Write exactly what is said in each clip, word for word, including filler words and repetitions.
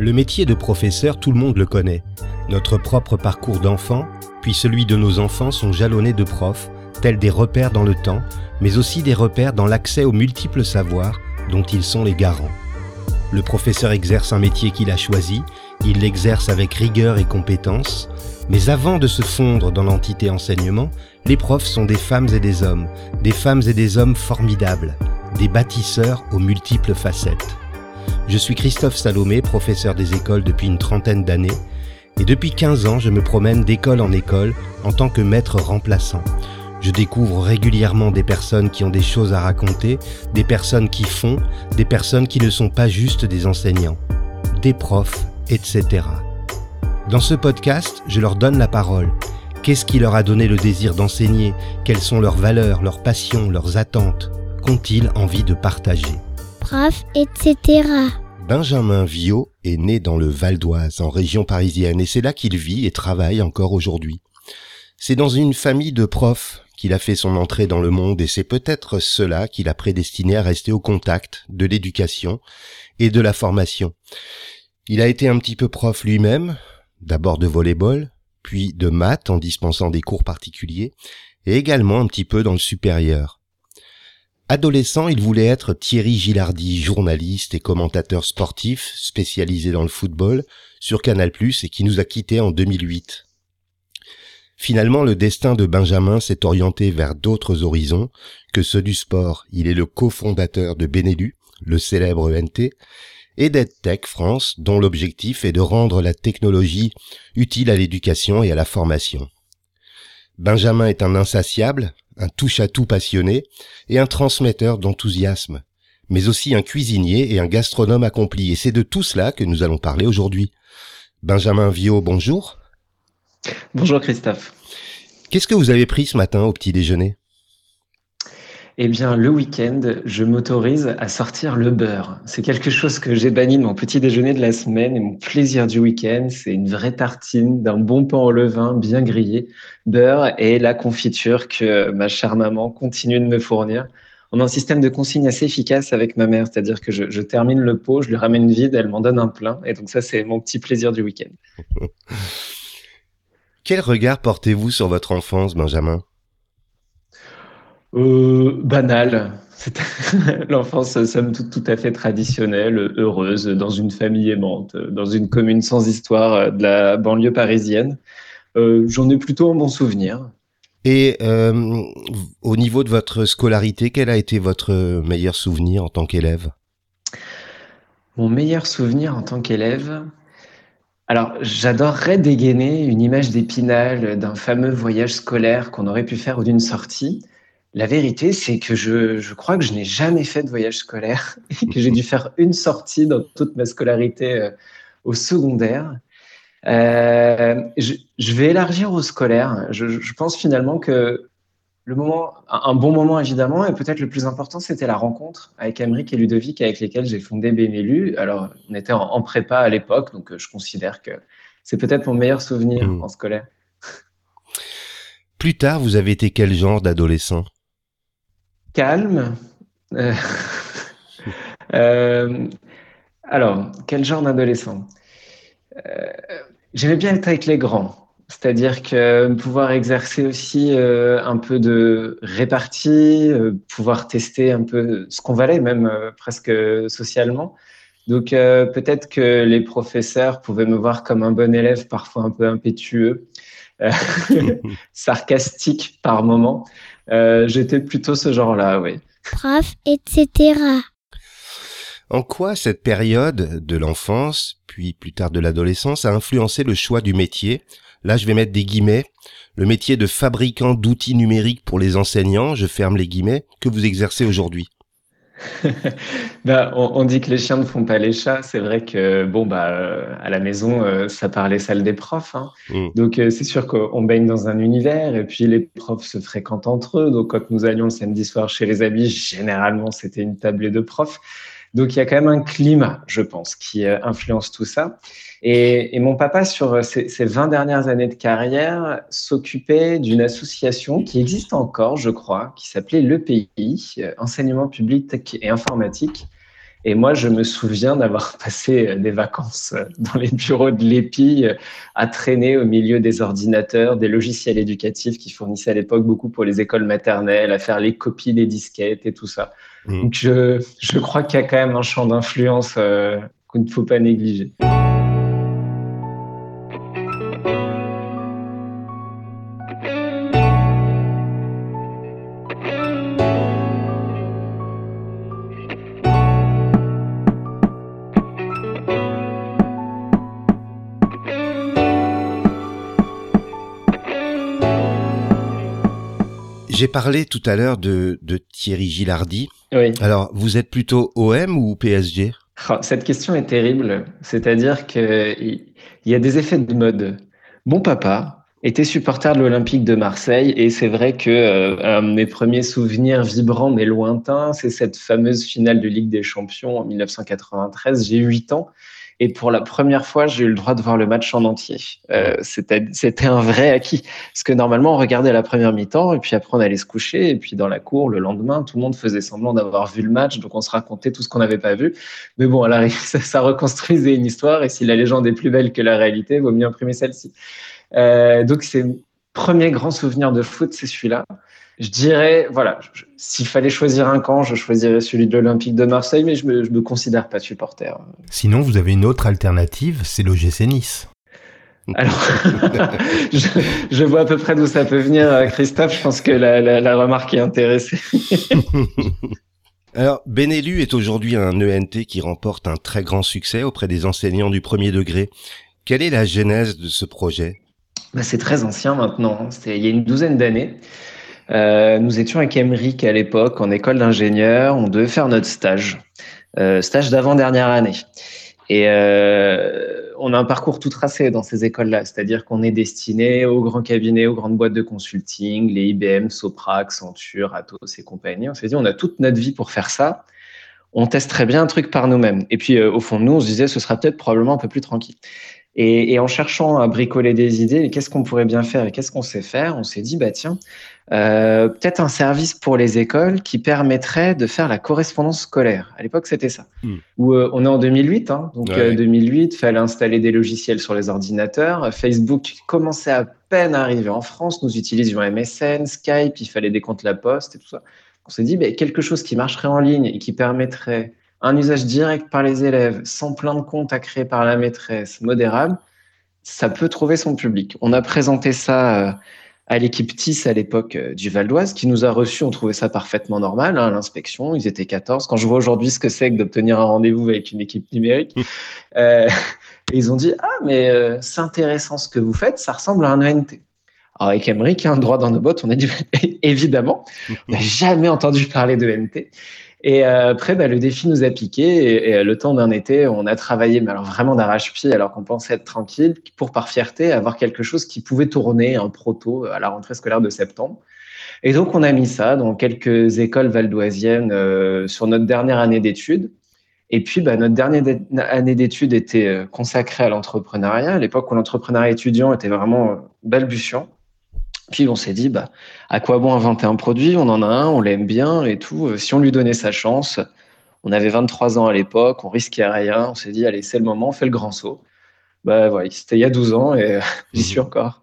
Le métier de professeur, tout le monde le connaît. Notre propre parcours d'enfant, puis celui de nos enfants sont jalonnés de profs, tels des repères dans le temps, mais aussi des repères dans l'accès aux multiples savoirs dont ils sont les garants. Le professeur exerce un métier qu'il a choisi, il l'exerce avec rigueur et compétence, mais avant de se fondre dans l'entité enseignement, les profs sont des femmes et des hommes, des femmes et des hommes formidables, des bâtisseurs aux multiples facettes. Je suis Christophe Salomé, professeur des écoles depuis une trentaine d'années, et depuis quinze ans, je me promène d'école en école en tant que maître remplaçant. Je découvre régulièrement des personnes qui ont des choses à raconter, des personnes qui font, des personnes qui ne sont pas juste des enseignants, des profs, et cetera. Dans ce podcast, je leur donne la parole. Qu'est-ce qui leur a donné le désir d'enseigner? Quelles sont leurs valeurs, leurs passions, leurs attentes? Qu'ont-ils envie de partager? Prof, et cetera. Benjamin Viaud est né dans le Val d'Oise, en région parisienne, et c'est là qu'il vit et travaille encore aujourd'hui. C'est dans une famille de profs qu'il a fait son entrée dans le monde, et c'est peut-être cela qui l'a prédestiné à rester au contact de l'éducation et de la formation. Il a été un petit peu prof lui-même, d'abord de volley-ball, puis de maths en dispensant des cours particuliers, et également un petit peu dans le supérieur. Adolescent, il voulait être Thierry Gilardi, journaliste et commentateur sportif spécialisé dans le football sur Canal plus, et qui nous a quittés en deux mille huit. Finalement, le destin de Benjamin s'est orienté vers d'autres horizons que ceux du sport. Il est le cofondateur de Benelu, le célèbre E N T, et d'EdTech France, dont l'objectif est de rendre la technologie utile à l'éducation et à la formation. Benjamin est un insatiable, un touche-à-tout passionné et un transmetteur d'enthousiasme, mais aussi un cuisinier et un gastronome accompli. Et c'est de tout cela que nous allons parler aujourd'hui. Benjamin Viaud, bonjour. Bonjour Christophe. Qu'est-ce que vous avez pris ce matin au petit déjeuner ? Eh bien, le week-end, je m'autorise à sortir le beurre. C'est quelque chose que j'ai banni de mon petit déjeuner de la semaine, et mon plaisir du week-end, c'est une vraie tartine d'un bon pain au levain bien grillé, beurre et la confiture que ma chère maman continue de me fournir. On a un système de consigne assez efficace avec ma mère, c'est-à-dire que je, je termine le pot, je lui ramène vide, elle m'en donne un plein, et donc ça, c'est mon petit plaisir du week-end. Quel regard portez-vous sur votre enfance, Benjamin ? Euh, banal. C'est l'enfance, somme toute, tout à fait traditionnelle, heureuse, dans une famille aimante, dans une commune sans histoire de la banlieue parisienne. Euh, j'en ai plutôt un bon souvenir. Et euh, au niveau de votre scolarité, quel a été votre meilleur souvenir en tant qu'élève ? Mon meilleur souvenir en tant qu'élève... Alors, j'adorerais dégainer une image d'Épinal d'un fameux voyage scolaire qu'on aurait pu faire ou d'une sortie. La vérité, c'est que je, je crois que je n'ai jamais fait de voyage scolaire et que j'ai dû faire une sortie dans toute ma scolarité euh, au secondaire. Euh, je, je vais élargir au scolaire. Je, je pense finalement que le moment, un bon moment évidemment, et peut-être le plus important, c'était la rencontre avec Aymeric et Ludovic, avec lesquels j'ai fondé Benelu. Alors, on était en, en prépa à l'époque, donc je considère que c'est peut-être mon meilleur souvenir mmh. en scolaire. Plus tard, vous avez été quel genre d'adolescent ? Calme. Euh, euh, alors, quel genre d'adolescent ? euh, J'aimais bien être avec les grands. C'est-à-dire que pouvoir exercer aussi euh, un peu de répartie, euh, pouvoir tester un peu ce qu'on valait, même euh, presque socialement. Donc euh, peut-être que les professeurs pouvaient me voir comme un bon élève, parfois un peu impétueux, euh, sarcastique par moments. Euh, j'étais plutôt ce genre-là, oui. Prof, et cetera. En quoi cette période de l'enfance, puis plus tard de l'adolescence, a influencé le choix du métier ? Là, je vais mettre des guillemets. Le métier de fabricant d'outils numériques pour les enseignants, je ferme les guillemets, que vous exercez aujourd'hui. ben, on, on dit que les chiens ne font pas les chats. C'est vrai que bon, bah, euh, à la maison, euh, ça part les salles des profs. Hein. Mmh. Donc, euh, c'est sûr qu'on baigne dans un univers. Et puis, les profs se fréquentent entre eux. Donc, quand nous allions le samedi soir chez les amis, généralement, c'était une tablée de profs. Donc, il y a quand même un climat, je pense, qui euh, influence tout ça. Et, et mon papa, sur ses, ses vingt dernières années de carrière, s'occupait d'une association qui existe encore, je crois, qui s'appelait l'E P I, Enseignement public et informatique. Et moi, je me souviens d'avoir passé des vacances dans les bureaux de l'E P I à traîner au milieu des ordinateurs, des logiciels éducatifs qui fournissaient à l'époque beaucoup pour les écoles maternelles, à faire les copies des disquettes et tout ça. Mmh. Donc, je, je crois qu'il y a quand même un champ d'influence euh, qu'il ne faut pas négliger. J'ai parlé tout à l'heure de, de Thierry Gilardi. Oui. Alors, vous êtes plutôt O M ou P S G ? Oh, cette question est terrible. C'est-à-dire qu'il y a des effets de mode. Mon papa était supporter de l'Olympique de Marseille et c'est vrai que euh, un de mes premiers souvenirs vibrants mais lointains, c'est cette fameuse finale de Ligue des Champions en dix-neuf cent quatre-vingt-treize. J'ai huit ans. Et pour la première fois, j'ai eu le droit de voir le match en entier. Euh, c'était, c'était un vrai acquis. Parce que normalement, on regardait la première mi-temps et puis après, on allait se coucher. Et puis dans la cour, le lendemain, tout le monde faisait semblant d'avoir vu le match. Donc, on se racontait tout ce qu'on n'avait pas vu. Mais bon, à l'arrivée, ça, ça reconstruisait une histoire. Et si la légende est plus belle que la réalité, il vaut mieux imprimer celle-ci. Euh, donc, c'est le premier grand souvenir de foot, c'est celui-là. Je dirais, voilà, je, s'il fallait choisir un camp, je choisirais celui de l'Olympique de Marseille, mais je me, je me considère pas supporter. Sinon, vous avez une autre alternative, c'est l'O G C Nice. Alors, je, je vois à peu près d'où ça peut venir, Christophe. Je pense que la, la, la remarque est intéressée. Alors, Benelux est aujourd'hui un E N T qui remporte un très grand succès auprès des enseignants du premier degré. Quelle est la genèse de ce projet ? Bah, c'est très ancien maintenant, c'était il y a une douzaine d'années. Euh, nous étions avec Emeric à l'époque en école d'ingénieur, on devait faire notre stage, euh, stage d'avant-dernière année. Et euh, on a un parcours tout tracé dans ces écoles-là, c'est-à-dire qu'on est destiné aux grands cabinets, aux grandes boîtes de consulting, les I B M, Sopra, Accenture, Atos et compagnie. On s'est dit, on a toute notre vie pour faire ça, on testerait bien un truc par nous-mêmes. Et puis euh, au fond de nous, on se disait, ce sera peut-être probablement un peu plus tranquille. Et, et en cherchant à bricoler des idées, et qu'est-ce qu'on pourrait bien faire et qu'est-ce qu'on sait faire, on s'est dit, bah tiens, euh, peut-être un service pour les écoles qui permettrait de faire la correspondance scolaire. À l'époque, c'était ça. Mmh. Où euh, on est en deux mille huit, hein, donc ouais. euh, deux mille huit, il fallait installer des logiciels sur les ordinateurs. Facebook commençait à peine à arriver en France. Nous utilisions M S N, Skype, il fallait des comptes La Poste et tout ça. On s'est dit, bah, quelque chose qui marcherait en ligne et qui permettrait un usage direct par les élèves, sans plein de comptes à créer par la maîtresse, modérable, ça peut trouver son public. On a présenté ça euh, à l'équipe T I S à l'époque euh, du Val d'Oise, qui nous a reçus, on trouvait ça parfaitement normal, hein, à l'inspection, ils étaient quatorze. Quand je vois aujourd'hui ce que c'est que d'obtenir un rendez-vous avec une équipe numérique, euh, ils ont dit « Ah, mais euh, c'est intéressant ce que vous faites, ça ressemble à un E N T ». Alors avec Emeric, hein, droit dans nos bottes, on a dit « Évidemment, on n'a jamais entendu parler d'E N T ». Et euh, après, bah, le défi nous a piqué et, et le temps d'un été, on a travaillé, mais alors vraiment d'arrache-pied, alors qu'on pensait être tranquille, pour par fierté avoir quelque chose qui pouvait tourner, un proto à la rentrée scolaire de septembre. Et donc, on a mis ça dans quelques écoles valdoisiennes euh, sur notre dernière année d'études. Et puis, bah, notre dernière d- année d'études était consacrée à l'entrepreneuriat, à l'époque où l'entrepreneuriat étudiant était vraiment balbutiant. Puis on s'est dit, bah, à quoi bon inventer un produit ? On en a un, on l'aime bien et tout. Si on lui donnait sa chance, on avait vingt-trois ans à l'époque, on risquait rien. On s'est dit, allez, c'est le moment, on fait le grand saut. Bah, voilà, c'était il y a douze ans et j'y suis encore.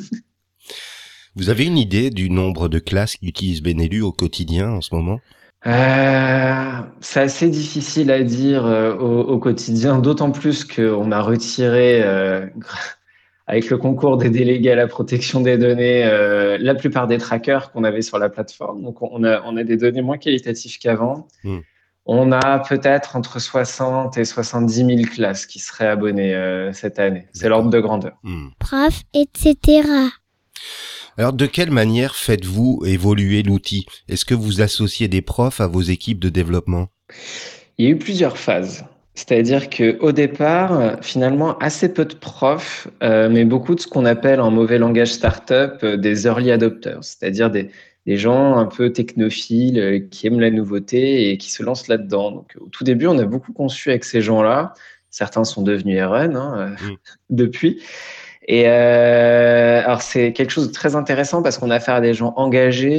Vous avez une idée du nombre de classes qui utilisent Benelux au quotidien en ce moment ? Euh, c'est assez difficile à dire euh, au, au quotidien, d'autant plus qu'on a retiré... Euh, avec le concours des délégués à la protection des données, euh, la plupart des trackers qu'on avait sur la plateforme. Donc, on a, on a des données moins qualitatives qu'avant. Mmh. On a peut-être entre soixante et soixante-dix mille classes qui seraient abonnées euh, cette année. C'est D'accord. L'ordre de grandeur. Mmh. Prof, et cetera. Alors, de quelle manière faites-vous évoluer l'outil ? Est-ce que vous associez des profs à vos équipes de développement ? Il y a eu plusieurs phases. C'est-à-dire qu'au départ, finalement, assez peu de profs, euh, mais beaucoup de ce qu'on appelle en mauvais langage startup euh, des early adopters, c'est-à-dire des, des gens un peu technophiles euh, qui aiment la nouveauté et qui se lancent là-dedans. Donc, au tout début, on a beaucoup conçu avec ces gens-là. Certains sont devenus R N hein, euh, mmh. depuis. Et euh, alors, c'est quelque chose de très intéressant parce qu'on a affaire à des gens engagés,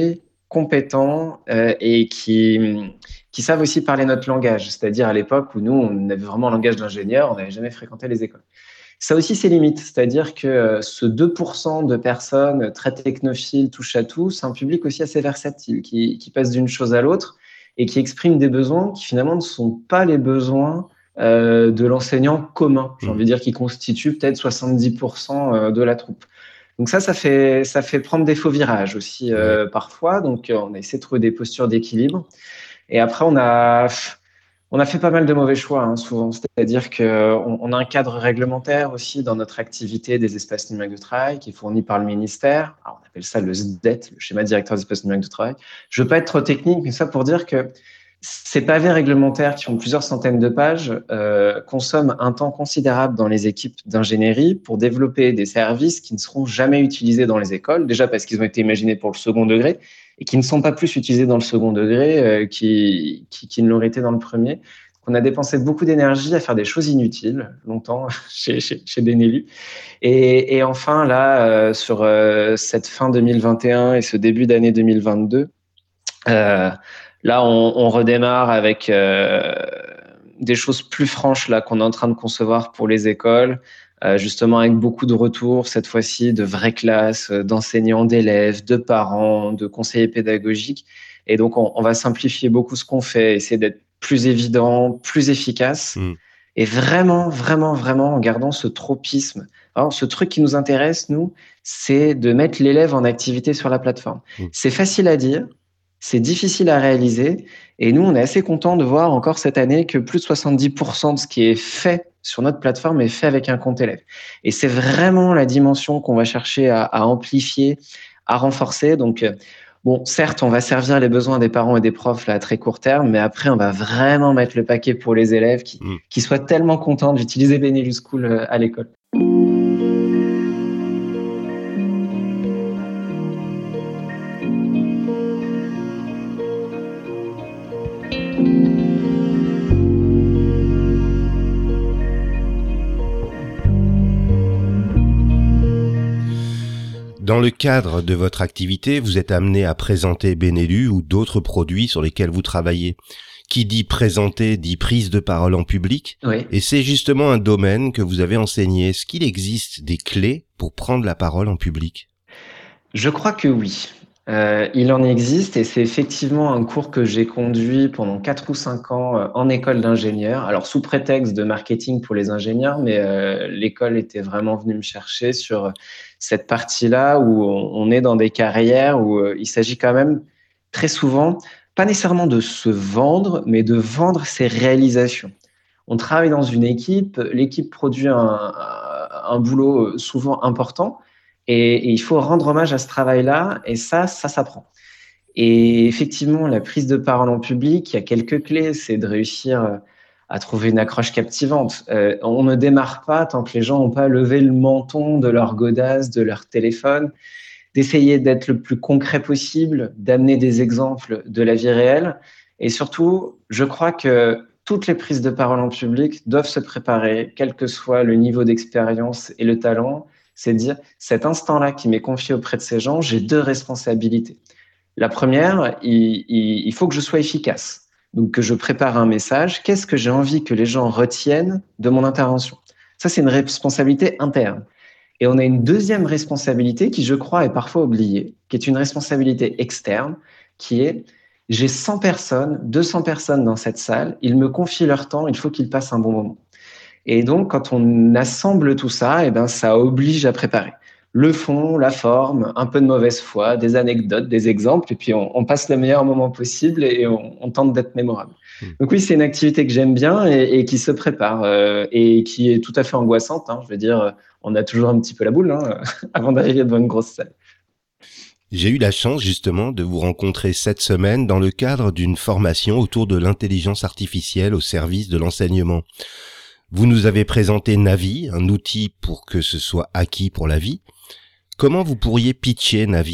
compétents euh, et qui, qui savent aussi parler notre langage. C'est-à-dire à l'époque où nous, on avait vraiment un langage d'ingénieur, on n'avait jamais fréquenté les écoles. Ça aussi, c'est limite. C'est-à-dire que euh, ce deux pour cent de personnes très technophiles, touche à tout, c'est un public aussi assez versatile, qui, qui passe d'une chose à l'autre et qui exprime des besoins qui finalement ne sont pas les besoins euh, de l'enseignant commun. J'ai envie de dire qui constitue peut-être soixante-dix pour cent de la troupe. Donc ça, ça fait, ça fait prendre des faux virages aussi euh, ouais. parfois. Donc on a essayé de trouver des postures d'équilibre. Et après, on a... On a fait pas mal de mauvais choix, hein, souvent. C'est-à-dire qu'on on a un cadre réglementaire aussi dans notre activité des espaces numériques de travail qui est fourni par le ministère. Alors, on appelle ça le S D E T, le schéma directeur des espaces numériques de travail. Je veux pas être trop technique, mais ça pour dire que ces pavés réglementaires qui ont plusieurs centaines de pages euh, consomment un temps considérable dans les équipes d'ingénierie pour développer des services qui ne seront jamais utilisés dans les écoles. Déjà parce qu'ils ont été imaginés pour le second degré et qui ne sont pas plus utilisés dans le second degré euh, qui, qui, qui ne l'auraient été dans le premier. Donc, on a dépensé beaucoup d'énergie à faire des choses inutiles, longtemps, chez, chez, chez Benelux. Et, et enfin, là, euh, sur euh, cette fin deux mille vingt et un et ce début d'année deux mille vingt-deux, euh, là, on, on redémarre avec euh, des choses plus franches là qu'on est en train de concevoir pour les écoles, Euh, justement avec beaucoup de retours, cette fois-ci de vraies classes, euh, d'enseignants, d'élèves, de parents, de conseillers pédagogiques. Et donc, on, on va simplifier beaucoup ce qu'on fait, essayer d'être plus évident, plus efficace, mmh. et vraiment, vraiment, vraiment en gardant ce tropisme. Alors, ce truc qui nous intéresse, nous, c'est de mettre l'élève en activité sur la plateforme. Mmh. C'est facile à dire, c'est difficile à réaliser, et nous, on est assez contents de voir encore cette année que plus de soixante-dix pour cent de ce qui est fait sur notre plateforme est fait avec un compte élève. Et c'est vraiment la dimension qu'on va chercher à, à amplifier, à renforcer. Donc, bon, certes, on va servir les besoins des parents et des profs là, à très court terme, mais après, on va vraiment mettre le paquet pour les élèves qui, mmh. qui soient tellement contents d'utiliser Benelux School à l'école. Dans le cadre de votre activité, vous êtes amené à présenter Benelux ou d'autres produits sur lesquels vous travaillez. Qui dit présenter dit prise de parole en public. Oui. Et c'est justement un domaine que vous avez enseigné. Est-ce qu'il existe des clés pour prendre la parole en public ? Je crois que oui. Euh, il en existe et c'est effectivement un cours que j'ai conduit pendant quatre ou cinq ans euh, en école d'ingénieur. Alors sous prétexte de marketing pour les ingénieurs, mais euh, l'école était vraiment venue me chercher sur cette partie-là où on, on est dans des carrières où euh, il s'agit quand même très souvent, pas nécessairement de se vendre, mais de vendre ses réalisations. On travaille dans une équipe, l'équipe produit un, un, un boulot souvent important. Et, et il faut rendre hommage à ce travail-là, et ça, ça s'apprend. Et effectivement, la prise de parole en public, il y a quelques clés, c'est de réussir à trouver une accroche captivante. Euh, on ne démarre pas tant que les gens n'ont pas levé le menton de leur godasse, de leur téléphone, d'essayer d'être le plus concret possible, d'amener des exemples de la vie réelle. Et surtout, je crois que toutes les prises de parole en public doivent se préparer, quel que soit le niveau d'expérience et le talent. C'est de dire, cet instant-là qui m'est confié auprès de ces gens, j'ai deux responsabilités. La première, il, il, il faut que je sois efficace. Donc, que je prépare un message. Qu'est-ce que j'ai envie que les gens retiennent de mon intervention ? Ça, c'est une responsabilité interne. Et on a une deuxième responsabilité qui, je crois, est parfois oubliée, qui est une responsabilité externe, qui est, j'ai cent personnes, deux cents personnes dans cette salle, ils me confient leur temps, il faut qu'ils passent un bon moment. Et donc, quand on assemble tout ça, eh ben, ça oblige à préparer le fond, la forme, un peu de mauvaise foi, des anecdotes, des exemples, et puis on, on passe le meilleur moment possible et on, on tente d'être mémorable. Mmh. Donc oui, c'est une activité que j'aime bien et, et qui se prépare euh, et qui est tout à fait angoissante. Hein. Je veux dire, on a toujours un petit peu la boule hein, avant d'arriver devant une grosse salle. J'ai eu la chance justement de vous rencontrer cette semaine dans le cadre d'une formation autour de l'intelligence artificielle au service de l'enseignement. Vous nous avez présenté Navi, un outil pour que ce soit acquis pour la vie. Comment vous pourriez pitcher Navi ?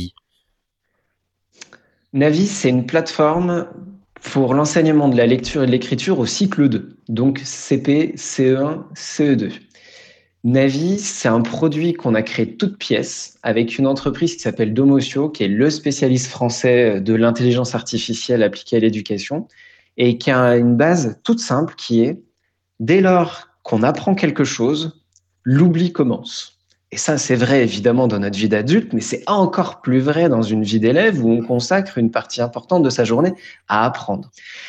Navi, c'est une plateforme pour l'enseignement de la lecture et de l'écriture au cycle deux, donc C P, C E un, C E deux. Navi, c'est un produit qu'on a créé toute pièce avec une entreprise qui s'appelle Domotio, qui est le spécialiste français de l'intelligence artificielle appliquée à l'éducation et qui a une base toute simple qui est dès lors qu'on apprend quelque chose, l'oubli commence. Et ça, c'est vrai évidemment dans notre vie d'adulte, mais c'est encore plus vrai dans une vie d'élève où on consacre une partie importante de sa journée à apprendre.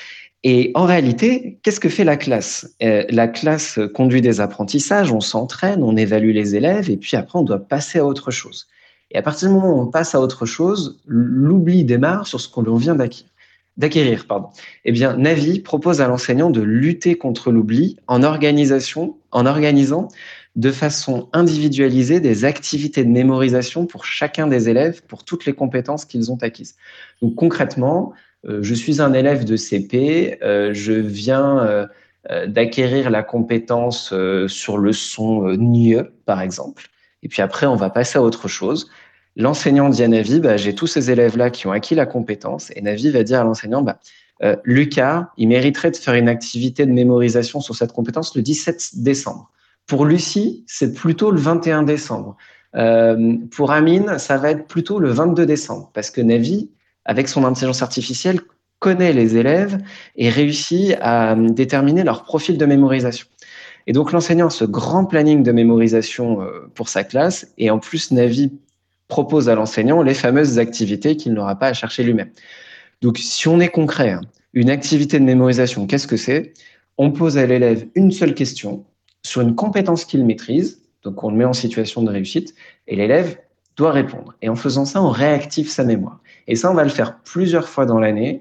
Et en réalité, qu'est-ce que fait la classe ? euh, La classe conduit des apprentissages, on s'entraîne, on évalue les élèves, et puis après, on doit passer à autre chose. Et à partir du moment où on passe à autre chose, l'oubli démarre sur ce qu'on vient d'acquérir. d'acquérir. Pardon. Eh bien, Navi propose à l'enseignant de lutter contre l'oubli en organisation, en organisant de façon individualisée des activités de mémorisation pour chacun des élèves, pour toutes les compétences qu'ils ont acquises. Donc concrètement, euh, je suis un élève de C P, euh, je viens euh, euh, d'acquérir la compétence euh, sur le son euh, N I E, par exemple, et puis après, on va passer à autre chose. L'enseignant dit à Navi, bah, j'ai tous ces élèves-là qui ont acquis la compétence, et Navi va dire à l'enseignant, bah, euh, Lucas, il mériterait de faire une activité de mémorisation sur cette compétence le dix-sept décembre. Pour Lucie, c'est plutôt le vingt et un décembre. Euh, pour Amine, ça va être plutôt le vingt-deux décembre, parce que Navi, avec son intelligence artificielle, connaît les élèves et réussit à déterminer leur profil de mémorisation. Et donc l'enseignant a ce grand planning de mémorisation euh, pour sa classe, et en plus Navi propose à l'enseignant les fameuses activités qu'il n'aura pas à chercher lui-même. Donc, si on est concret, hein, une activité de mémorisation, qu'est-ce que c'est ? On pose à l'élève une seule question sur une compétence qu'il maîtrise, donc on le met en situation de réussite, et l'élève doit répondre. Et en faisant ça, on réactive sa mémoire. Et ça, on va le faire plusieurs fois dans l'année,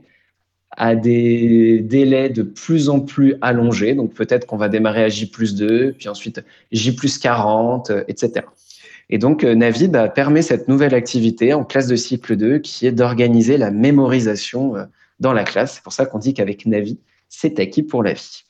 à des délais de plus en plus allongés. Donc, peut-être qu'on va démarrer à J plus deux, puis ensuite J plus quarante, et cetera. Et donc, Navi bah, permet cette nouvelle activité en classe de cycle deux qui est d'organiser la mémorisation euh, dans la classe. C'est pour ça qu'on dit qu'avec Navi, c'est acquis pour la vie.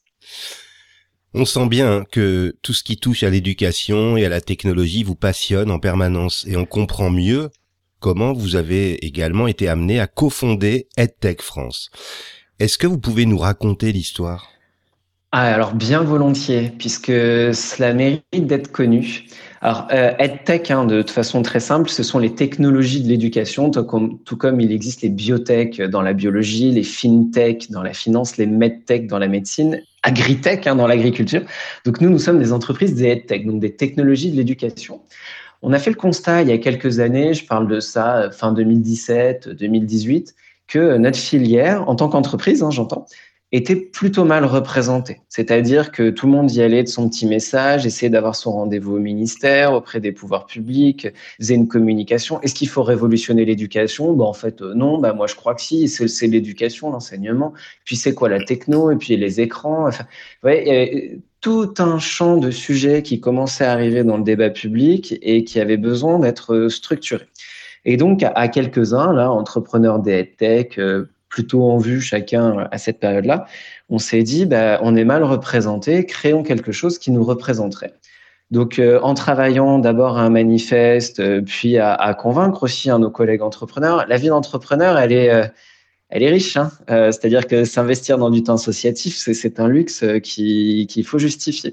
On sent bien que tout ce qui touche à l'éducation et à la technologie vous passionne en permanence et on comprend mieux comment vous avez également été amené à cofonder EdTech France. Est-ce que vous pouvez nous raconter l'histoire ? Ah, alors bien volontiers, puisque cela mérite d'être connu. Alors, euh, EdTech, hein, de, de façon très simple, ce sont les technologies de l'éducation, tout comme, tout comme il existe les biotech dans la biologie, les fintech dans la finance, les medtech dans la médecine, agritech hein, dans l'agriculture. Donc nous, nous sommes des entreprises des EdTech, donc des technologies de l'éducation. On a fait le constat il y a quelques années, je parle de ça fin deux mille dix-sept, deux mille dix-huit, que notre filière, en tant qu'entreprise, hein, j'entends, était plutôt mal représentée. C'est-à-dire que tout le monde y allait de son petit message, essayait d'avoir son rendez-vous au ministère, auprès des pouvoirs publics, faisait une communication. Est-ce qu'il faut révolutionner l'éducation ? Ben, en fait, euh, non. Ben, moi, je crois que si. C'est, c'est l'éducation, l'enseignement. Puis, c'est quoi la techno ? Et puis, les écrans. Enfin, ouais, il y avait tout un champ de sujets qui commençait à arriver dans le débat public et qui avait besoin d'être structurés. Et donc, à quelques-uns, là, entrepreneurs des EdTech, euh, plutôt en vue chacun à cette période-là, on s'est dit, bah, on est mal représenté, créons quelque chose qui nous représenterait. Donc, euh, en travaillant d'abord à un manifeste, euh, puis à, à convaincre aussi hein, nos collègues entrepreneurs, la vie d'entrepreneur, elle est, euh, elle est riche. Hein euh, c'est-à-dire que s'investir dans du temps associatif, c'est, c'est un luxe qui, qu'il faut justifier.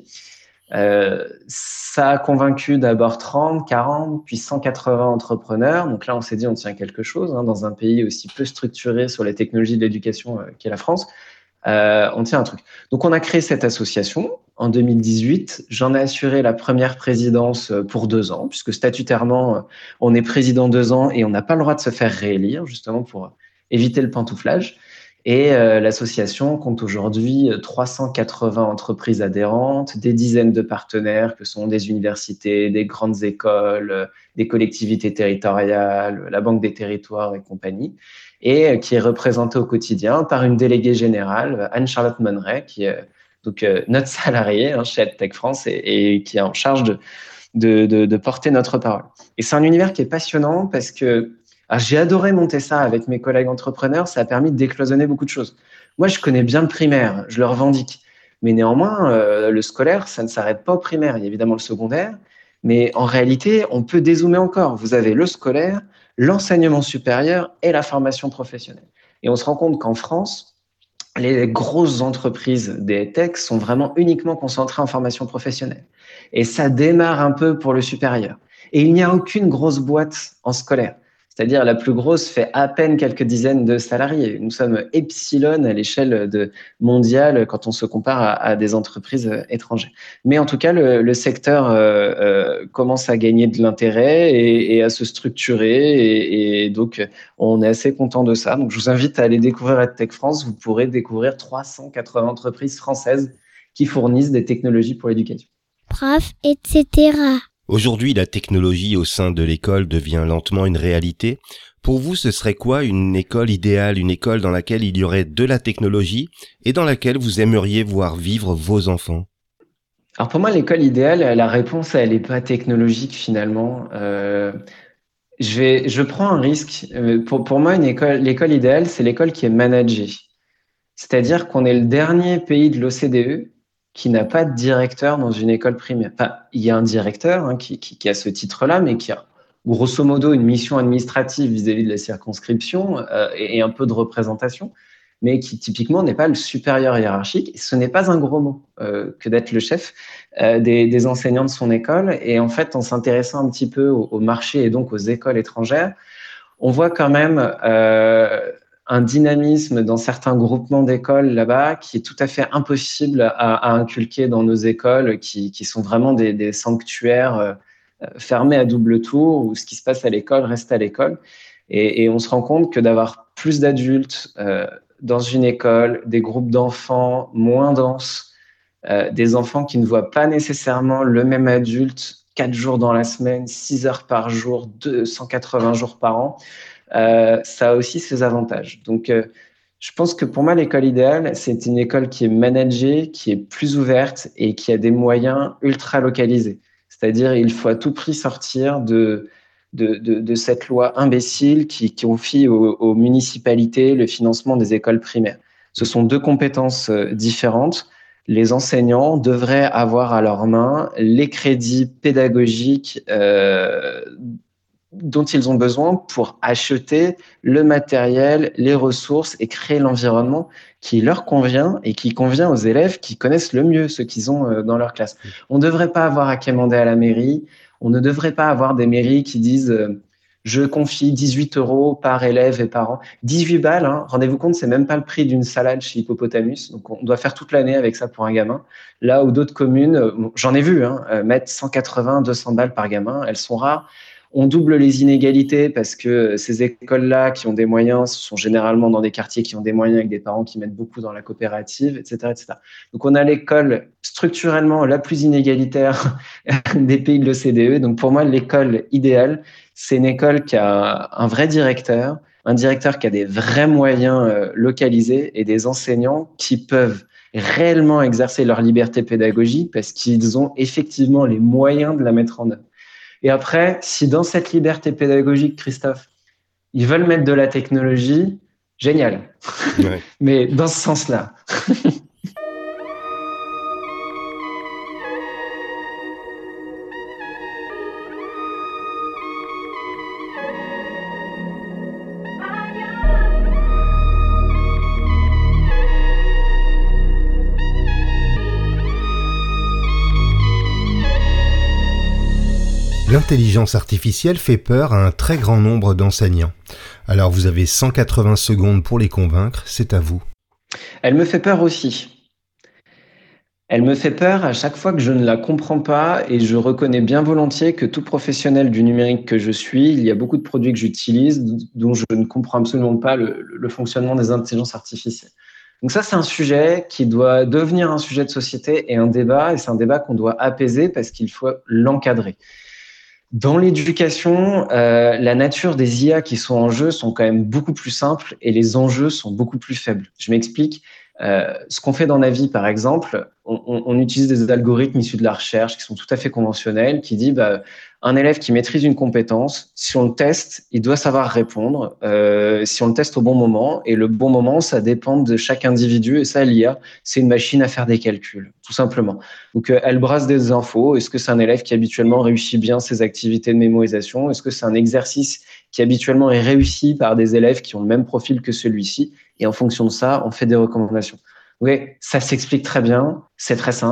Euh, ça a convaincu d'abord trente, quarante, puis cent quatre-vingts entrepreneurs. Donc là, on s'est dit, on tient quelque chose hein, dans un pays aussi peu structuré sur les technologies de l'éducation euh, qu'est la France. Euh, on tient un truc. Donc, on a créé cette association en deux mille dix-huit. J'en ai assuré la première présidence pour deux ans, puisque statutairement, on est président deux ans et on n'a pas le droit de se faire réélire, justement pour éviter le pantouflage. Et euh, l'association compte aujourd'hui trois cent quatre-vingts entreprises adhérentes, des dizaines de partenaires que sont des universités, des grandes écoles, euh, des collectivités territoriales, la Banque des territoires et compagnie, et euh, qui est représentée au quotidien par une déléguée générale, Anne-Charlotte Monneret, qui est donc euh, notre salariée hein, chez EdTech France et, et qui est en charge de, de, de, de porter notre parole. Et c'est un univers qui est passionnant parce que alors, j'ai adoré monter ça avec mes collègues entrepreneurs. Ça a permis de décloisonner beaucoup de choses. Moi, je connais bien le primaire, je le revendique. Mais néanmoins, euh, le scolaire, ça ne s'arrête pas au primaire. Il y a évidemment le secondaire. Mais en réalité, on peut dézoomer encore. Vous avez le scolaire, l'enseignement supérieur et la formation professionnelle. Et on se rend compte qu'en France, les grosses entreprises des tech sont vraiment uniquement concentrées en formation professionnelle. Et ça démarre un peu pour le supérieur. Et il n'y a aucune grosse boîte en scolaire. C'est-à-dire la plus grosse fait à peine quelques dizaines de salariés. Nous sommes epsilon à l'échelle de mondiale quand on se compare à, à des entreprises étrangères. Mais en tout cas, le, le secteur euh, euh, commence à gagner de l'intérêt et, et à se structurer. Et, et donc, on est assez content de ça. Donc, je vous invite à aller découvrir EdTech France. Vous pourrez découvrir trois cent quatre-vingts entreprises françaises qui fournissent des technologies pour l'éducation. Prof, et cetera. Aujourd'hui, la technologie au sein de l'école devient lentement une réalité. Pour vous, ce serait quoi une école idéale, une école dans laquelle il y aurait de la technologie et dans laquelle vous aimeriez voir vivre vos enfants? Alors pour moi, l'école idéale, la réponse, elle n'est pas technologique finalement. Euh, je, vais, je prends un risque. Pour, pour moi, une école, l'école idéale, c'est l'école qui est managée. C'est-à-dire qu'on est le dernier pays de l'O C D E qui n'a pas de directeur dans une école primaire. Enfin, il y a un directeur hein, qui, qui, qui a ce titre-là, mais qui a grosso modo une mission administrative vis-à-vis de la circonscription euh, et, et un peu de représentation, mais qui typiquement n'est pas le supérieur hiérarchique. Et ce n'est pas un gros mot euh, que d'être le chef euh, des, des enseignants de son école. Et en fait, en s'intéressant un petit peu au, au marché et donc aux écoles étrangères, on voit quand même euh, un dynamisme dans certains groupements d'écoles là-bas qui est tout à fait impossible à, à inculquer dans nos écoles, qui, qui sont vraiment des, des sanctuaires euh, fermés à double tour, où ce qui se passe à l'école reste à l'école. Et, et on se rend compte que d'avoir plus d'adultes euh, dans une école, des groupes d'enfants moins denses, euh, des enfants qui ne voient pas nécessairement le même adulte quatre jours dans la semaine, six heures par jour, deux cent quatre-vingts jours par an, euh, ça a aussi ses avantages. Donc, euh, je pense que pour moi, l'école idéale, c'est une école qui est managée, qui est plus ouverte et qui a des moyens ultra localisés. C'est-à-dire, il faut à tout prix sortir de, de, de, de cette loi imbécile qui, qui confie aux, aux municipalités le financement des écoles primaires. Ce sont deux compétences euh, différentes. Les enseignants devraient avoir à leurs mains les crédits pédagogiques euh, dont ils ont besoin pour acheter le matériel, les ressources et créer l'environnement qui leur convient et qui convient aux élèves qui connaissent le mieux ce qu'ils ont dans leur classe. On ne devrait pas avoir à quémander à la mairie. On ne devrait pas avoir des mairies qui disent euh, je confie dix-huit euros par élève et par an. dix-huit balles, hein, rendez-vous compte, c'est même pas le prix d'une salade chez Hippopotamus. Donc, on doit faire toute l'année avec ça pour un gamin. Là où d'autres communes, bon, j'en ai vu, hein, mettre cent quatre-vingts, deux cents balles par gamin. Elles sont rares. On double les inégalités parce que ces écoles-là qui ont des moyens sont généralement dans des quartiers qui ont des moyens avec des parents qui mettent beaucoup dans la coopérative, et cetera, et cetera. Donc, on a l'école structurellement la plus inégalitaire des pays de l'O C D E. Donc, pour moi, l'école idéale, c'est une école qui a un vrai directeur, un directeur qui a des vrais moyens euh, localisés et des enseignants qui peuvent réellement exercer leur liberté pédagogique parce qu'ils ont effectivement les moyens de la mettre en œuvre. Et après, si dans cette liberté pédagogique, Christophe, ils veulent mettre de la technologie, génial. Ouais. Mais dans ce sens-là. L'intelligence artificielle fait peur à un très grand nombre d'enseignants. Alors vous avez cent quatre-vingts secondes pour les convaincre, c'est à vous. Elle me fait peur aussi. Elle me fait peur à chaque fois que je ne la comprends pas et je reconnais bien volontiers que tout professionnel du numérique que je suis, il y a beaucoup de produits que j'utilise dont je ne comprends absolument pas le, le fonctionnement des intelligences artificielles. Donc ça, c'est un sujet qui doit devenir un sujet de société et un débat, et c'est un débat qu'on doit apaiser parce qu'il faut l'encadrer. Dans l'éducation, euh, la nature des I A qui sont en jeu sont quand même beaucoup plus simples et les enjeux sont beaucoup plus faibles. Je m'explique. Euh, ce qu'on fait dans Navi, par exemple, on, on, on utilise des algorithmes issus de la recherche qui sont tout à fait conventionnels, qui dit bah, un élève qui maîtrise une compétence, si on le teste, il doit savoir répondre, euh, si on le teste au bon moment. Et le bon moment, ça dépend de chaque individu. Et ça, l'I A, c'est une machine à faire des calculs, tout simplement. Donc, euh, elle brasse des infos. Est-ce que c'est un élève qui habituellement réussit bien ses activités de mémorisation? Est-ce que c'est un exercice qui habituellement est réussi par des élèves qui ont le même profil que celui-ci? Et en fonction de ça, on fait des recommandations. Oui, ça s'explique très bien, c'est très simple.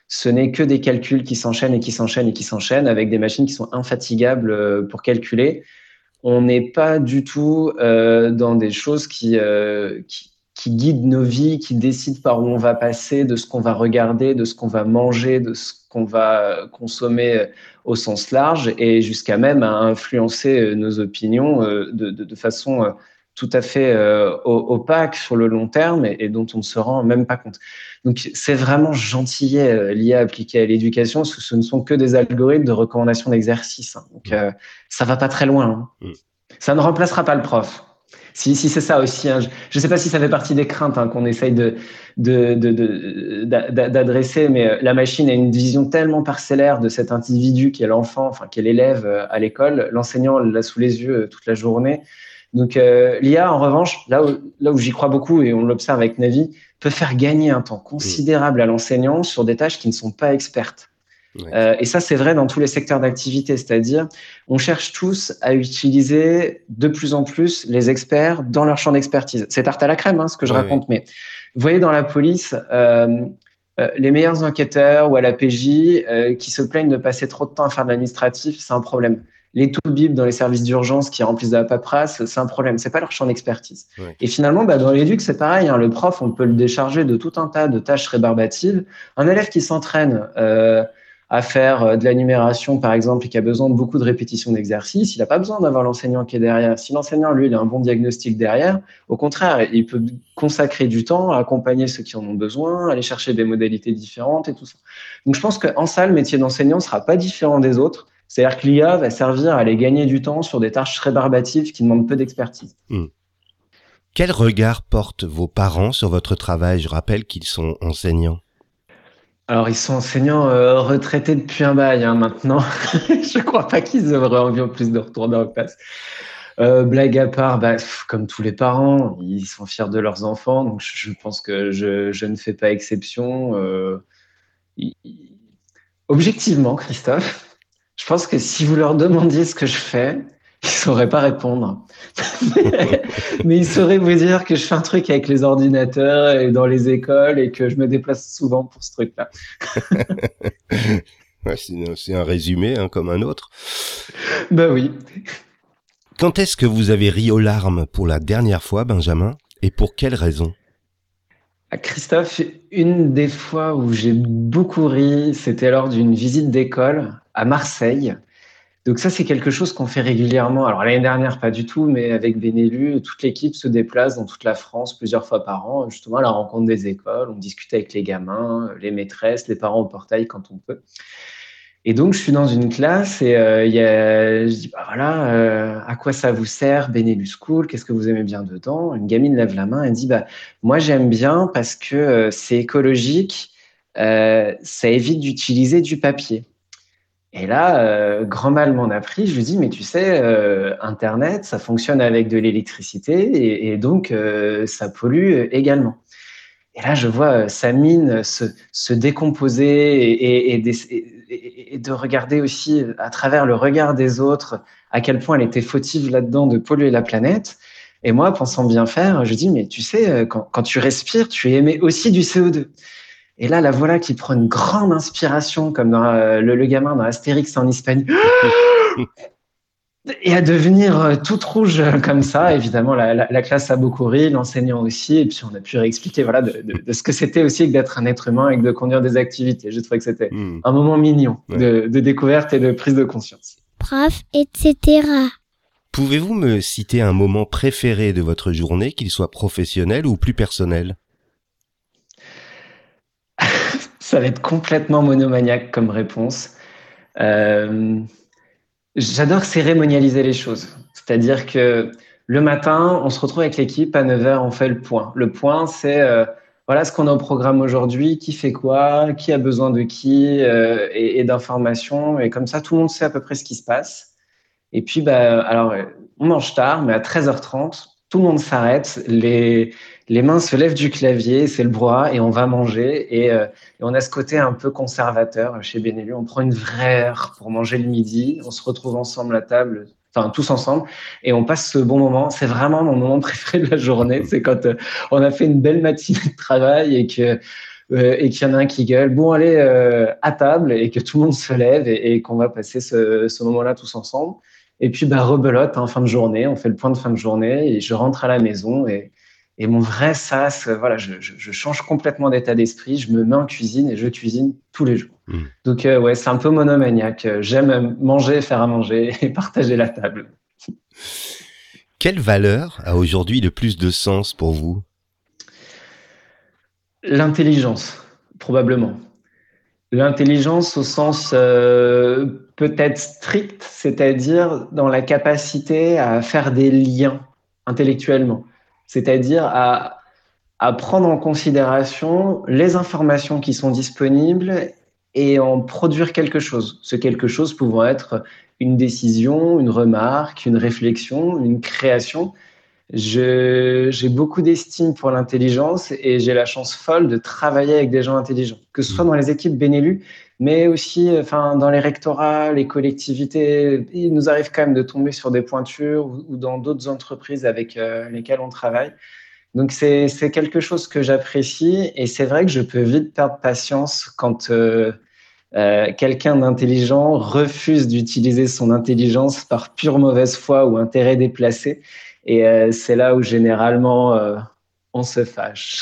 ce n'est que des calculs qui s'enchaînent et qui s'enchaînent et qui s'enchaînent avec des machines qui sont infatigables pour calculer. On n'est pas du tout euh, dans des choses qui, euh, qui, qui guident nos vies, qui décident par où on va passer, de ce qu'on va regarder, de ce qu'on va manger, de ce qu'on va consommer au sens large, et jusqu'à même à influencer nos opinions euh, de, de, de façon euh, tout à fait euh, opaque sur le long terme et, et dont on ne se rend même pas compte. Donc, c'est vraiment gentillet euh, l'I A appliquée à l'éducation, parce que ce ne sont que des algorithmes de recommandation d'exercice. Hein. Donc, euh, ça va pas très loin. Hein. Mm. Ça ne remplacera pas le prof. Si, si c'est ça aussi. Hein. Je ne sais pas si ça fait partie des craintes hein, qu'on essaye de, de, de, de, d'adresser, mais la machine a une vision tellement parcellaire de cet individu qui est l'enfant, enfin qui est l'élève à l'école. L'enseignant l'a sous les yeux toute la journée. Donc, euh, l'I A, en revanche, là où, là où j'y crois beaucoup, et on l'observe avec Navi, peut faire gagner un temps considérable à l'enseignant sur des tâches qui ne sont pas expertes. Ouais. Euh, et ça, c'est vrai dans tous les secteurs d'activité, c'est-à-dire on cherche tous à utiliser de plus en plus les experts dans leur champ d'expertise. C'est tarte à la crème, hein, ce que je ouais, raconte, ouais. Mais vous voyez, dans la police, euh, euh, les meilleurs enquêteurs ou à la P J euh, qui se plaignent de passer trop de temps à faire de l'administratif, c'est un problème. Les toubibs dans les services d'urgence qui remplissent de la paperasse, c'est un problème. C'est pas leur champ d'expertise. Ouais. Et finalement, bah, dans l'éduc, c'est pareil. Hein, le prof, on peut le décharger de tout un tas de tâches rébarbatives. Un élève qui s'entraîne euh, à faire de la numération, par exemple, et qui a besoin de beaucoup de répétitions d'exercices, il n'a pas besoin d'avoir l'enseignant qui est derrière. Si l'enseignant, lui, il a un bon diagnostic derrière, au contraire, il peut consacrer du temps à accompagner ceux qui en ont besoin, aller chercher des modalités différentes et tout ça. Donc, je pense qu'en ça, le métier d'enseignant ne sera pas différent des autres. C'est-à-dire que l'I A va servir à aller gagner du temps sur des tâches rébarbatives qui demandent peu d'expertise. Mmh. Quel regard portent vos parents sur votre travail ? Je rappelle qu'ils sont enseignants. Alors, ils sont enseignants euh, retraités depuis un bail hein, maintenant. Je ne crois pas qu'ils auraient envie en plus de retourner en classe. Euh, blague à part, bah, pff, comme tous les parents, ils sont fiers de leurs enfants. Donc, je, je pense que je, je ne fais pas exception. Euh, y, y... Objectivement, Christophe, je pense que si vous leur demandiez ce que je fais, ils ne sauraient pas répondre. mais, mais ils sauraient vous dire que je fais un truc avec les ordinateurs et dans les écoles et que je me déplace souvent pour ce truc-là. Ouais, c'est, c'est un résumé hein, comme un autre. Ben oui. Quand est-ce que vous avez ri aux larmes pour la dernière fois, Benjamin, et pour quelle raison ? Christophe, une des fois où j'ai beaucoup ri, c'était lors d'une visite d'école à Marseille. Donc ça, c'est quelque chose qu'on fait régulièrement. Alors l'année dernière, pas du tout, mais avec Benelux, toute l'équipe se déplace dans toute la France plusieurs fois par an, justement à la rencontre des écoles. On discute avec les gamins, les maîtresses, les parents au portail quand on peut. Et donc, je suis dans une classe et euh, y a, je dis, bah voilà, euh, à quoi ça vous sert, Benelux School ? Qu'est-ce que vous aimez bien dedans ? Une gamine lève la main et dit, bah, moi, j'aime bien parce que euh, c'est écologique, euh, ça évite d'utiliser du papier. Et là, euh, grand mal m'en a pris, je lui dis, mais tu sais, euh, Internet, ça fonctionne avec de l'électricité et, et donc, euh, ça pollue également. Et là, je vois sa mine se, se décomposer et, et, et, des, et, et de regarder aussi à travers le regard des autres à quel point elle était fautive là-dedans de polluer la planète. Et moi, pensant bien faire, je dis, mais tu sais, quand, quand tu respires, tu émets aussi du C O deux. Et là, la voilà qui prend une grande inspiration, comme dans euh, le, le gamin dans Astérix en Espagne. Et à devenir euh, toute rouge euh, comme ça. Évidemment, la, la, la classe a beaucoup ri, l'enseignant aussi. Et puis, on a pu réexpliquer voilà, de, de, de ce que c'était aussi que d'être un être humain et de conduire des activités. Je trouvais que c'était mmh. un moment mignon ouais. de, de découverte et de prise de conscience. Prof, et cetera. Pouvez-vous me citer un moment préféré de votre journée, qu'il soit professionnel ou plus personnel ? Ça va être complètement monomaniaque comme réponse. Euh... J'adore cérémonialiser les choses. C'est-à-dire que le matin, on se retrouve avec l'équipe, à neuf heures, on fait le point. Le point, c'est euh, voilà ce qu'on a au programme aujourd'hui, qui fait quoi, qui a besoin de qui euh, et, et d'informations. Et comme ça, tout le monde sait à peu près ce qui se passe. Et puis, bah, alors, on mange tard, mais à treize heures trente, tout le monde s'arrête, les, les mains se lèvent du clavier, c'est le brouhaha et on va manger. Et, euh, et on a ce côté un peu conservateur chez Benelux. On prend une vraie heure pour manger le midi, on se retrouve ensemble à table, enfin tous ensemble, et on passe ce bon moment. C'est vraiment mon moment préféré de la journée. C'est quand euh, on a fait une belle matinée de travail et que euh, et qu'il y en a un qui gueule, bon, allez, euh, à table, et que tout le monde se lève et, et qu'on va passer ce, ce moment-là tous ensemble. Et puis, bah, rebelote, en hein, fin de journée, on fait le point de fin de journée et je rentre à la maison et, et mon vrai sas, euh, voilà, je, je, je change complètement d'état d'esprit, je me mets en cuisine et je cuisine tous les jours. Mmh. Donc, euh, ouais, c'est un peu monomaniaque. J'aime manger, faire à manger et partager la table. Quelle valeur a aujourd'hui le plus de sens pour vous ? L'intelligence, probablement. L'intelligence au sens euh, peut-être strict, c'est-à-dire dans la capacité à faire des liens intellectuellement, c'est-à-dire à, à prendre en considération les informations qui sont disponibles et en produire quelque chose. Ce quelque chose pouvant être une décision, une remarque, une réflexion, une création. Je, j'ai beaucoup d'estime pour l'intelligence et j'ai la chance folle de travailler avec des gens intelligents, que ce soit dans les équipes Benelux, mais aussi enfin, dans les rectorats, les collectivités. Il nous arrive quand même de tomber sur des pointures ou, ou dans d'autres entreprises avec euh, lesquelles on travaille. Donc, c'est, c'est quelque chose que j'apprécie et c'est vrai que je peux vite perdre patience quand euh, euh, quelqu'un d'intelligent refuse d'utiliser son intelligence par pure mauvaise foi ou intérêt déplacé. Et euh, c'est là où généralement euh, on se fâche.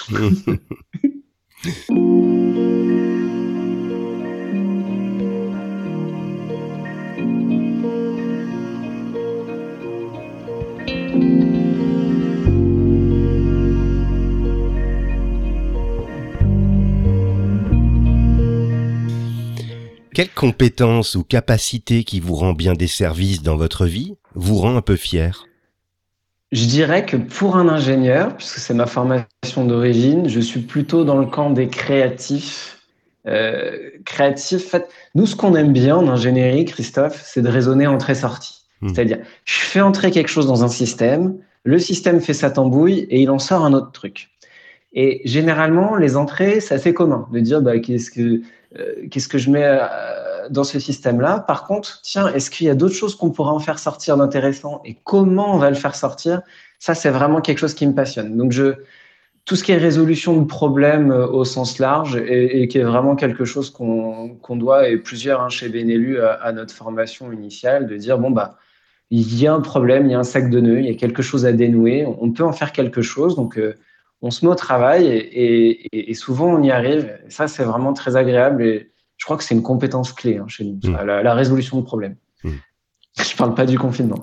Quelle compétence ou capacité qui vous rend bien des services dans votre vie vous rend un peu fier ? Je dirais que pour un ingénieur, puisque c'est ma formation d'origine, je suis plutôt dans le camp des créatifs. Euh, créatifs, en fait, nous, ce qu'on aime bien en ingénierie, Christophe, c'est de raisonner entrée-sortie. Mmh. C'est-à-dire, je fais entrer quelque chose dans un système, le système fait sa tambouille et il en sort un autre truc. Et généralement, les entrées, c'est assez commun de dire bah, qu'est-ce que, euh, qu'est-ce que je mets euh, dans ce système-là. Par contre, tiens, est-ce qu'il y a d'autres choses qu'on pourrait en faire sortir d'intéressant et comment on va le faire sortir ? Ça, c'est vraiment quelque chose qui me passionne. Donc, je, tout ce qui est résolution de problèmes euh, au sens large et, et qui est vraiment quelque chose qu'on, qu'on doit, et plusieurs hein, chez Benelux, à, à notre formation initiale, de dire, bon, bah, il y a un problème, il y a un sac de nœuds, il y a quelque chose à dénouer, on, on peut en faire quelque chose. Donc, euh, on se met au travail et, et, et souvent on y arrive. Et ça, c'est vraiment très agréable et je crois que c'est une compétence clé hein, chez nous, mmh. la, la résolution de problèmes. Mmh. Je parle pas du confinement.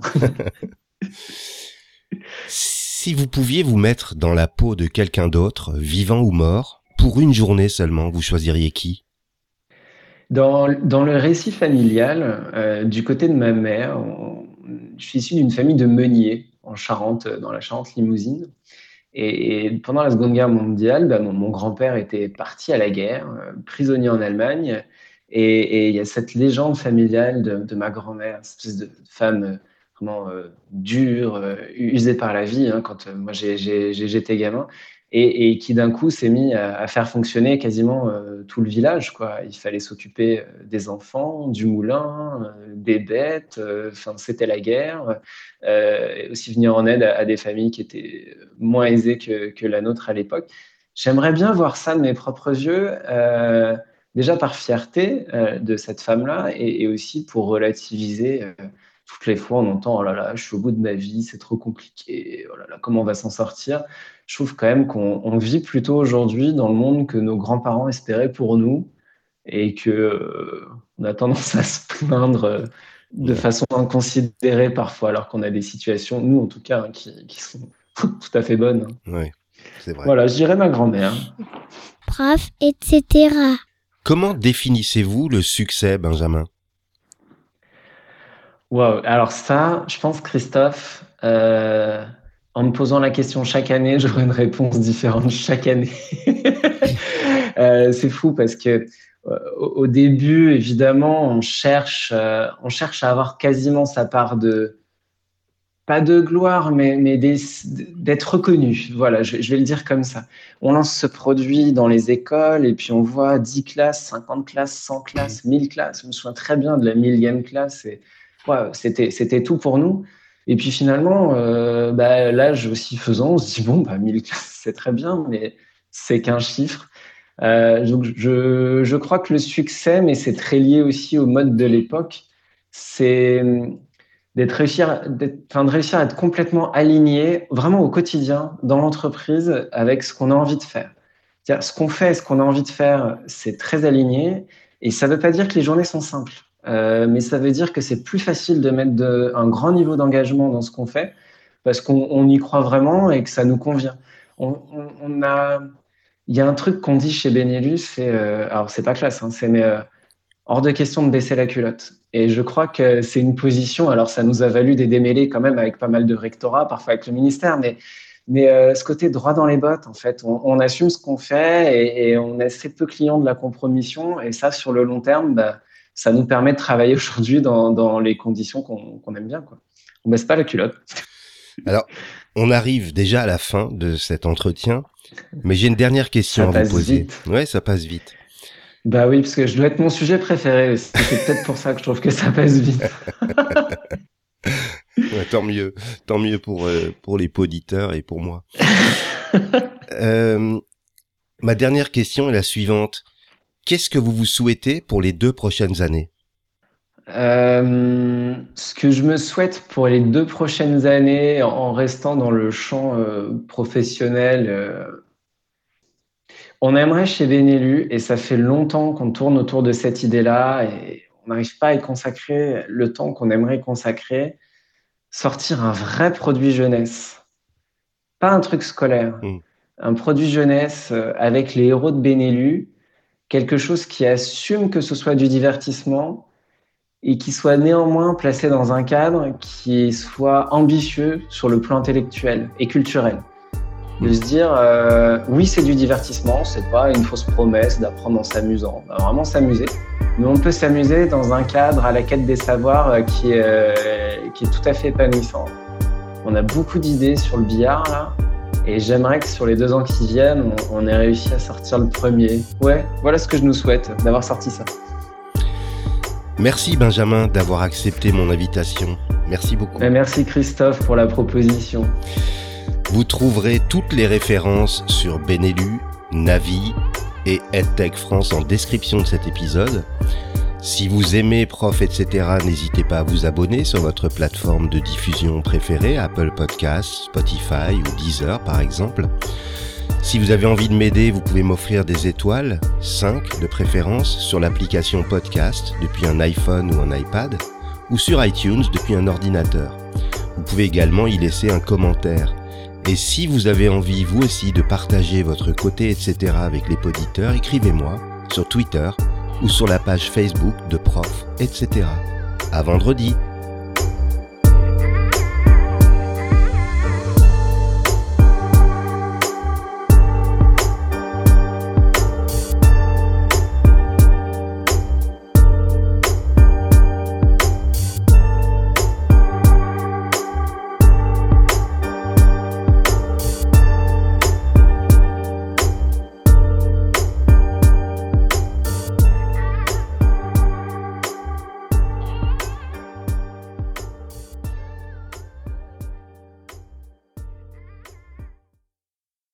Si vous pouviez vous mettre dans la peau de quelqu'un d'autre, vivant ou mort, pour une journée seulement, vous choisiriez qui ? Dans, dans le récit familial, euh, du côté de ma mère, on, je suis issu d'une famille de meuniers en Charente, dans la Charente-Limousine. Et pendant la Seconde Guerre mondiale, bah, mon, mon grand-père était parti à la guerre, euh, prisonnier en Allemagne. Et il y a cette légende familiale de, de ma grand-mère, cette espèce de femme euh, vraiment euh, dure, euh, usée par la vie, hein, quand euh, moi j'ai, j'ai, j'ai, j'étais gamin, et, et qui d'un coup s'est mis à, à faire fonctionner quasiment euh, tout le village, quoi. Il fallait s'occuper des enfants, du moulin, euh, des bêtes, enfin euh, c'était la guerre. Euh, et aussi venir en aide à, à des familles qui étaient moins aisées que, que la nôtre à l'époque. J'aimerais bien voir ça de mes propres yeux, euh, déjà par fierté euh, de cette femme-là et, et aussi pour relativiser. Euh, toutes les fois, on entend « Oh là là, je suis au bout de ma vie, c'est trop compliqué, oh là là, comment on va s'en sortir ?» Je trouve quand même qu'on on vit plutôt aujourd'hui dans le monde que nos grands-parents espéraient pour nous et qu'on euh, a tendance à se plaindre euh, de façon inconsidérée parfois, alors qu'on a des situations, nous en tout cas, hein, qui, qui sont tout à fait bonnes. Oui, c'est vrai. Voilà, je dirais ma grand-mère. Prof, et cetera. Comment définissez-vous le succès, Benjamin ? Wow, alors ça, je pense, Christophe, euh, en me posant la question chaque année, j'aurai une réponse différente chaque année. euh, c'est fou parce que euh, au début, évidemment, on cherche, euh, on cherche à avoir quasiment sa part de, pas de gloire, mais, mais des, d'être reconnu. Voilà, je, je vais le dire comme ça. On lance ce produit dans les écoles et puis on voit dix classes, cinquante classes, cent classes, mille classes. Je me souviens très bien de la millième classe et ouais, c'était, c'était tout pour nous. Et puis finalement, euh, bah, l'âge aussi faisant, on se dit, bon, bah, mille classes, c'est très bien, mais c'est qu'un chiffre. Euh, donc je, je crois que le succès, mais c'est très lié aussi au mode de l'époque, c'est d'être réussir, d'être, enfin, de réussir à être complètement aligné, vraiment au quotidien, dans l'entreprise, avec ce qu'on a envie de faire. C'est-à-dire, ce qu'on fait, ce qu'on a envie de faire, c'est très aligné. Et ça ne veut pas dire que les journées sont simples, euh, mais ça veut dire que c'est plus facile de mettre de, un grand niveau d'engagement dans ce qu'on fait parce qu'on on y croit vraiment et que ça nous convient. On, on, on a, il y a un truc qu'on dit chez Benelux, c'est, euh, alors c'est pas classe, hein, c'est mais euh, hors de question de baisser la culotte. Et je crois que c'est une position. Alors ça nous a valu des démêlés quand même avec pas mal de rectorats, parfois avec le ministère, mais Mais euh, ce côté droit dans les bottes, en fait, on, on assume ce qu'on fait et, et on est assez peu client de la compromission. Et ça, sur le long terme, bah, ça nous permet de travailler aujourd'hui dans, dans les conditions qu'on, qu'on aime bien, quoi. On baisse pas la culotte. Alors, on arrive déjà à la fin de cet entretien, mais j'ai une dernière question ça à vous poser. Vite. Ouais, ça passe vite. Bah oui, parce que je dois être mon sujet préféré aussi. C'est peut-être pour ça que je trouve que ça passe vite. Ouais, tant mieux, tant mieux pour euh, pour les poditeurs et pour moi. euh, ma dernière question est la suivante. Qu'est-ce que vous vous souhaitez pour les deux prochaines années ? euh, Ce que je me souhaite pour les deux prochaines années, en restant dans le champ euh, professionnel, euh, on aimerait chez Benelux, et ça fait longtemps qu'on tourne autour de cette idée-là, et on n'arrive pas à y consacrer le temps qu'on aimerait consacrer, sortir un vrai produit jeunesse. Pas un truc scolaire. Mmh. Un produit jeunesse avec les héros de Benelux, quelque chose qui assume que ce soit du divertissement et qui soit néanmoins placé dans un cadre qui soit ambitieux sur le plan intellectuel et culturel. De se dire, euh, oui, c'est du divertissement, c'est pas une fausse promesse d'apprendre en s'amusant. On va vraiment s'amuser, mais on peut s'amuser dans un cadre à la quête des savoirs qui est, euh, qui est tout à fait épanouissant. On a beaucoup d'idées sur le billard, là, et j'aimerais que sur les deux ans qui viennent, on, on ait réussi à sortir le premier. Ouais, voilà ce que je nous souhaite, d'avoir sorti ça. Merci Benjamin d'avoir accepté mon invitation. Merci beaucoup. Et merci Christophe pour la proposition. Vous trouverez toutes les références sur Benelux, Navi et EdTech France en description de cet épisode. Si vous aimez Prof, et cetera, n'hésitez pas à vous abonner sur votre plateforme de diffusion préférée, Apple Podcasts, Spotify ou Deezer par exemple. Si vous avez envie de m'aider, vous pouvez m'offrir des étoiles, cinq de préférence, sur l'application Podcast depuis un iPhone ou un iPad, ou sur iTunes depuis un ordinateur. Vous pouvez également y laisser un commentaire. Et si vous avez envie, vous aussi, de partager votre côté, et cetera avec les poditeurs, écrivez-moi sur Twitter ou sur la page Facebook de Prof, et cetera. À vendredi.